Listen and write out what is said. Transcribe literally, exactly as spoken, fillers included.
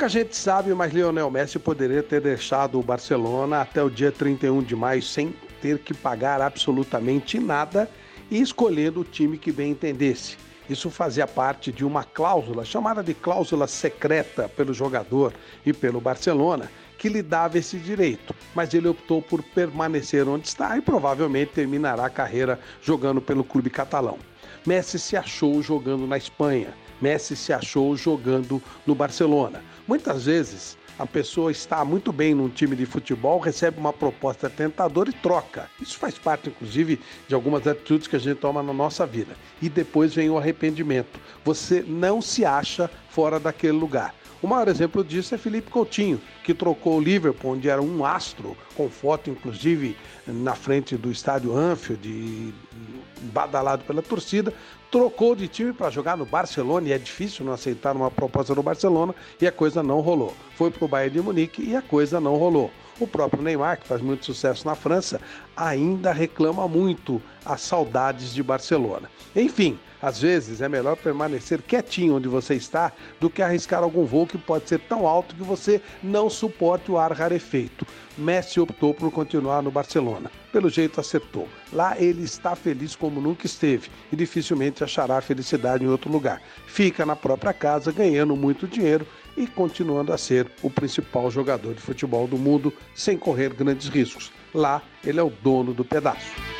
Pouca gente sabe, mas Lionel Messi poderia ter deixado o Barcelona até o dia trinta e um de maio sem ter que pagar absolutamente nada e escolhendo o time que bem entendesse. Isso fazia parte de uma cláusula, chamada de cláusula secreta pelo jogador e pelo Barcelona, que lhe dava esse direito, mas ele optou por permanecer onde está e provavelmente terminará a carreira jogando pelo clube catalão. Messi se achou jogando na Espanha, Messi se achou jogando no Barcelona. Muitas vezes a pessoa está muito bem num time de futebol, recebe uma proposta tentadora e troca. Isso faz parte, inclusive, de algumas atitudes que a gente toma na nossa vida. E depois vem o arrependimento. Você não se acha fora daquele lugar. O maior exemplo disso é Philippe Coutinho, que trocou o Liverpool, onde era um astro, com foto inclusive na frente do estádio Anfield, e badalado pela torcida, trocou de time para jogar no Barcelona, e é difícil não aceitar uma proposta do Barcelona, e a coisa não rolou. Foi para o Bayern de Munique e a coisa não rolou. O próprio Neymar, que faz muito sucesso na França, ainda reclama muito as saudades de Barcelona. Enfim, às vezes é melhor permanecer quietinho onde você está do que arriscar algum voo que pode ser tão alto que você não suporte o ar rarefeito. Messi optou por continuar no Barcelona. Pelo jeito acertou. Lá ele está feliz como nunca esteve e dificilmente achará felicidade em outro lugar. Fica na própria casa ganhando muito dinheiro e continuando a ser o principal jogador de futebol do mundo sem correr grandes riscos. Lá ele é o dono do pedaço.